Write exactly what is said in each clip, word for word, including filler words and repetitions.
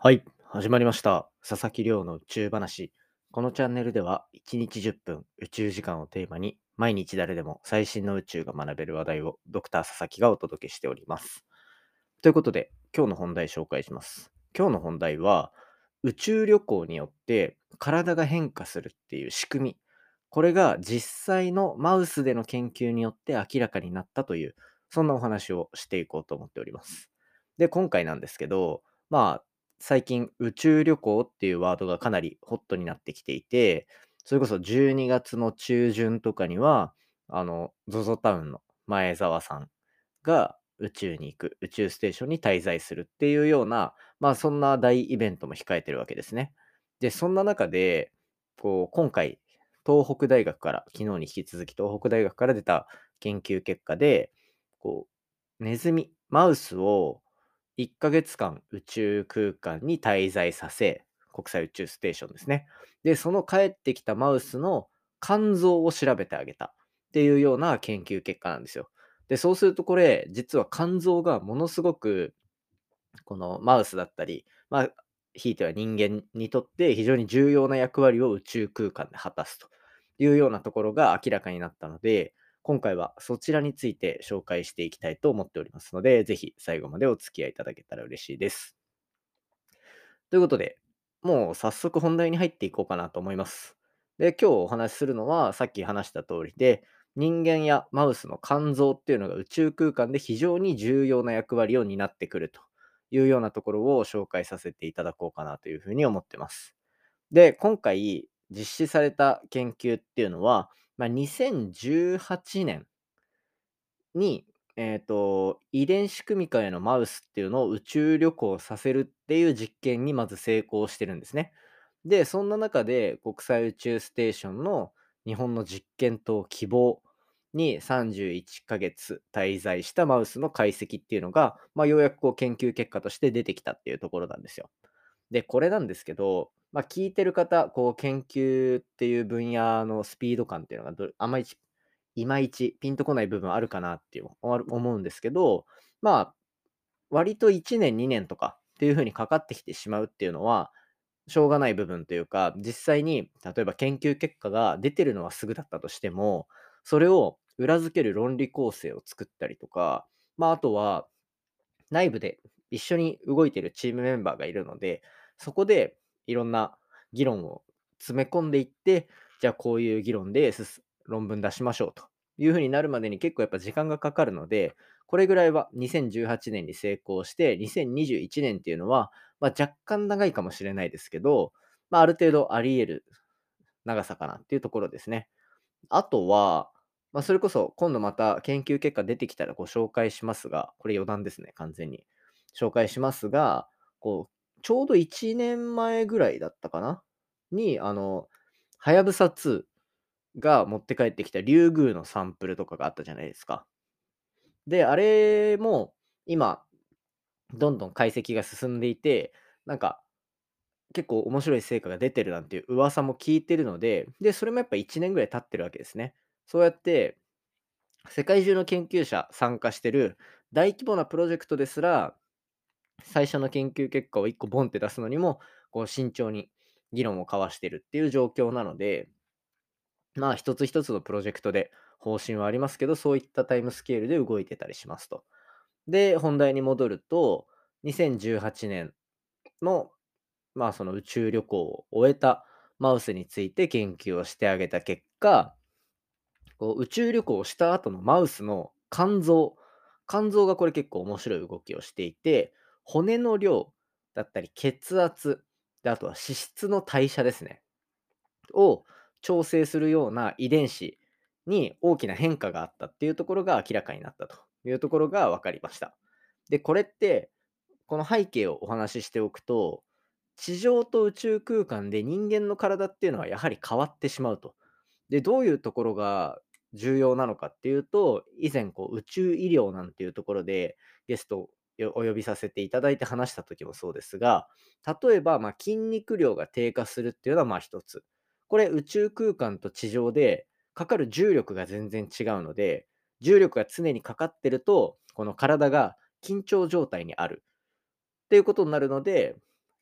はい、始まりました。佐々木亮の宇宙話。このチャンネルではいちにちじゅっぷん宇宙時間をテーマに毎日誰でも最新の宇宙が学べる話題をドクター佐々木がお届けしております。ということで今日の本題紹介します。今日の本題は宇宙旅行によって体が変化するっていう仕組み。これが実際のマウスでの研究によって明らかになったというそんなお話をしていこうと思っております。で、今回なんですけど、まあ最近宇宙旅行っていうワードがかなりホットになってきていて、それこそじゅうにがつの中旬とかには、あの、ゾゾタウンの前澤さんが宇宙に行く、宇宙ステーションに滞在するっていうような、まあそんな大イベントも控えてるわけですね。で、そんな中で、こう、今回、東北大学から、昨日に引き続き東北大学から出た研究結果で、こう、ネズミ、マウスをいっかげつかん宇宙空間に滞在させ、国際宇宙ステーションですね。で、その帰ってきたマウスの肝臓を調べてあげたっていうような研究結果なんですよ。で、そうするとこれ、実は肝臓がものすごく、このマウスだったり、まあ、ひいては人間にとって非常に重要な役割を宇宙空間で果たすというようなところが明らかになったので、今回はそちらについて紹介していきたいと思っておりますので、ぜひ最後までお付き合いいただけたら嬉しいです。ということで、もう早速本題に入っていこうかなと思います。で、今日お話しするのはさっき話した通りで、人間やマウスの肝臓っていうのが宇宙空間で非常に重要な役割を担ってくるというようなところを紹介させていただこうかなというふうに思ってます。で、今回実施された研究っていうのは、まあ、にせんじゅうはちねんに、えっと、遺伝子組み換えのマウスっていうのを宇宙旅行させるっていう実験にまず成功してるんですね。で、そんな中で国際宇宙ステーションの日本の実験棟希望にさんじゅういっかげつ滞在したマウスの解析っていうのが、まあ、ようやくこう研究結果として出てきたっていうところなんですよ。で、これなんですけど、まあ、聞いてる方、こう研究っていう分野のスピード感っていうのがどあまりいまいちピンとこない部分あるかなっていうおわ思うんですけど、まあ、割といちねん、にねんとかっていう風にかかってきてしまうっていうのは、しょうがない部分というか、実際に例えば研究結果が出てるのはすぐだったとしても、それを裏付ける論理構成を作ったりとか、まあ、あとは内部で一緒に動いてるチームメンバーがいるので、そこでいろんな議論を詰め込んでいって、じゃあこういう議論で進論文出しましょうという風になるまでに結構やっぱ時間がかかるので、これぐらいはにせんじゅうはちねんに成功して、にせんにじゅういちねんっていうのは、ま、若干長いかもしれないですけど、ま、ある程度あり得る長さかなっていうところですね。あとは、まあ、それこそ今度また研究結果出てきたらご紹介しますが、これ余談ですね、完全に。紹介しますが、こう、ちょうどいちねんまえぐらいだったかなに、あの、はやぶさにが持って帰ってきたリュウグウのサンプルとかがあったじゃないですか。で、あれも今、どんどん解析が進んでいて、なんか結構面白い成果が出てるなんていう噂も聞いてるので、で、それもやっぱいちねんぐらい経ってるわけですね。そうやって世界中の研究者参加してる大規模なプロジェクトですら、最初の研究結果をいっこボンって出すのにも、こう慎重に議論を交わしてるっていう状況なので、まあ一つ一つのプロジェクトで方針はありますけど、そういったタイムスケールで動いてたりしますと。で、本題に戻ると、にせんじゅうはちねんの、まあその宇宙旅行を終えたマウスについて研究をしてあげた結果、こう宇宙旅行をした後のマウスの肝臓。肝臓がこれ結構面白い動きをしていて、骨の量だったり血圧、で、あとは脂質の代謝ですね。を調整するような遺伝子に大きな変化があったっていうところが明らかになったというところが分かりました。で、これって、この背景をお話ししておくと、地上と宇宙空間で人間の体っていうのはやはり変わってしまうと。で、どういうところが重要なのかっていうと、以前こう宇宙医療なんていうところでゲストをお呼びさせていただいて話した時もそうですが、例えば、ま、筋肉量が低下するっていうのは、ま、一つ。これ宇宙空間と地上でかかる重力が全然違うので、重力が常にかかってると、この体が緊張状態にあるっていうことになるので、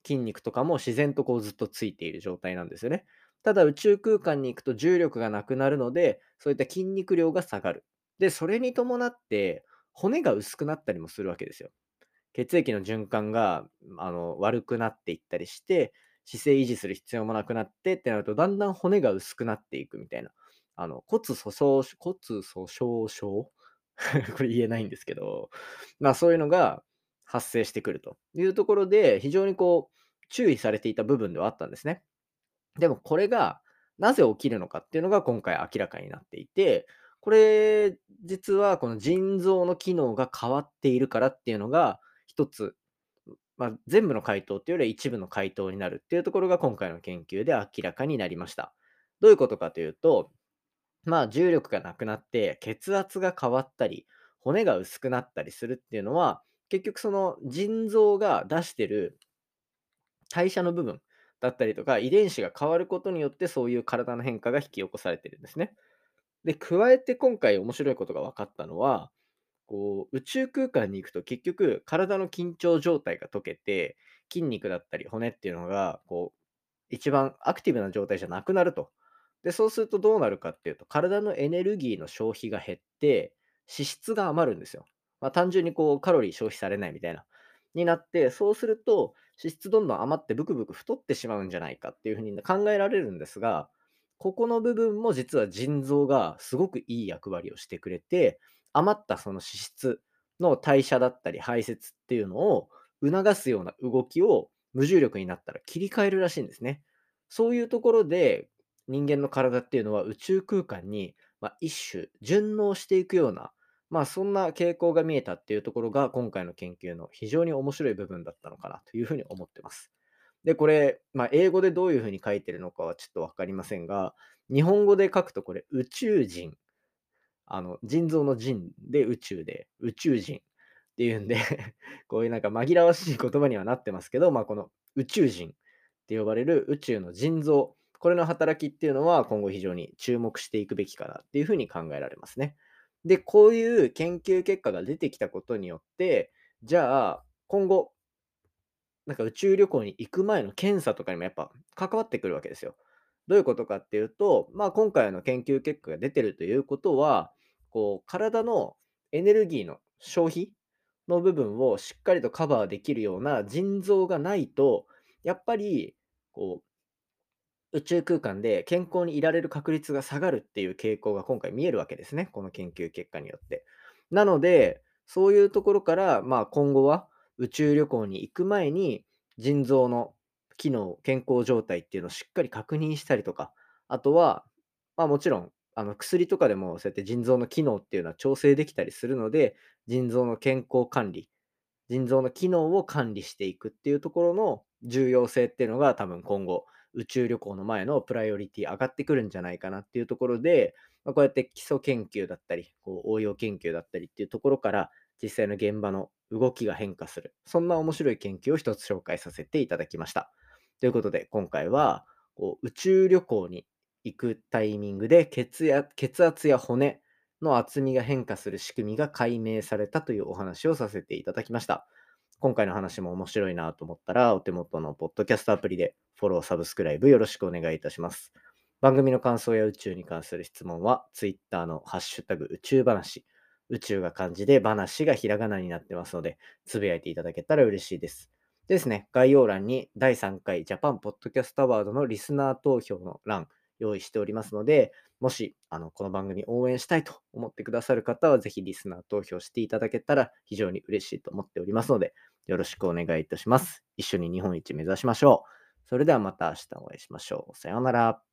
筋肉とかも自然とこうずっとついている状態なんですよね。ただ宇宙空間に行くと重力がなくなるので、そういった筋肉量が下がる。で、それに伴って骨が薄くなったりもするわけですよ。血液の循環があの悪くなっていったりして、姿勢維持する必要もなくなってってなると、だんだん骨が薄くなっていくみたいな。あの骨粗鬆骨粗鬆症これ言えないんですけど、まあそういうのが発生してくるというところで、非常にこう注意されていた部分ではあったんですね。でもこれがなぜ起きるのかっていうのが今回明らかになっていて、これ実はこの腎臓の機能が変わっているからっていうのが一つ、まあ、全部の回答っていうよりは一部の回答になるっていうところが今回の研究で明らかになりました。どういうことかというと、まあ、重力がなくなって血圧が変わったり、骨が薄くなったりするっていうのは、結局その腎臓が出してる代謝の部分だったりとか、遺伝子が変わることによってそういう体の変化が引き起こされてるんですね。で、加えて今回面白いことが分かったのは、こう宇宙空間に行くと結局体の緊張状態が解けて、筋肉だったり骨っていうのがこう一番アクティブな状態じゃなくなると。で、そうするとどうなるかっていうと、体のエネルギーの消費が減って、脂質が余るんですよ。まあ、単純にこうカロリー消費されないみたいな。になって、そうすると脂質どんどん余ってブクブク太ってしまうんじゃないかっていうふうに考えられるんですが、ここの部分も実は腎臓がすごくいい役割をしてくれて、余ったその脂質の代謝だったり排泄っていうのを促すような動きを無重力になったら切り替えるらしいんですね。そういうところで人間の体っていうのは宇宙空間に、まあ、一種順応していくような、まあ、そんな傾向が見えたっていうところが今回の研究の非常に面白い部分だったのかなというふうに思ってます。で、これ、まあ、英語でどういうふうに書いてるのかはちょっと分かりませんが、日本語で書くとこれ宇宙人、あの腎臓の腎で宇宙で宇宙人っていうんでこういうなんか紛らわしい言葉にはなってますけど、まあ、この宇宙人って呼ばれる宇宙の腎臓、これの働きっていうのは今後非常に注目していくべきかなっていうふうに考えられますね。で、こういう研究結果が出てきたことによって、じゃあ今後なんか宇宙旅行に行く前の検査とかにもやっぱ関わってくるわけですよ。どういうことかっていうと、まあ、今回の研究結果が出てるということは、こう体のエネルギーの消費の部分をしっかりとカバーできるような腎臓がないと、やっぱりこう宇宙空間で健康にいられる確率が下がるっていう傾向が今回見えるわけですね、この研究結果によって。なので、そういうところから、まあ、今後は宇宙旅行に行く前に、腎臓の機能、健康状態っていうのをしっかり確認したりとか、あとは、まあ、もちろん、あの薬とかでもそうやって腎臓の機能っていうのは調整できたりするので、腎臓の健康管理、腎臓の機能を管理していくっていうところの重要性っていうのが多分今後宇宙旅行の前のプライオリティ上がってくるんじゃないかなっていうところで、まあ、こうやって基礎研究だったりこう応用研究だったりっていうところから実際の現場の動きが変化する、そんな面白い研究を一つ紹介させていただきました。ということで今回はこう宇宙旅行に行くタイミングで血や血圧や骨の厚みが変化する仕組みが解明されたというお話をさせていただきました。今回の話も面白いなと思ったら、お手元のポッドキャストアプリでフォロー、サブスクライブよろしくお願いいたします。番組の感想や宇宙に関する質問は、Twitter のハッシュタグ宇宙話、宇宙が漢字で話がひらがなになってますので、つぶやいていただけたら嬉しいです。でですね、概要欄にだいさんかいジャパンポッドキャストアワードのリスナー投票の欄用意しておりますので、もしあのこの番組応援したいと思ってくださる方は、ぜひリスナー投票していただけたら非常に嬉しいと思っておりますので、よろしくお願いいたします。一緒に日本一目指しましょう。それではまた明日お会いしましょう。さようなら。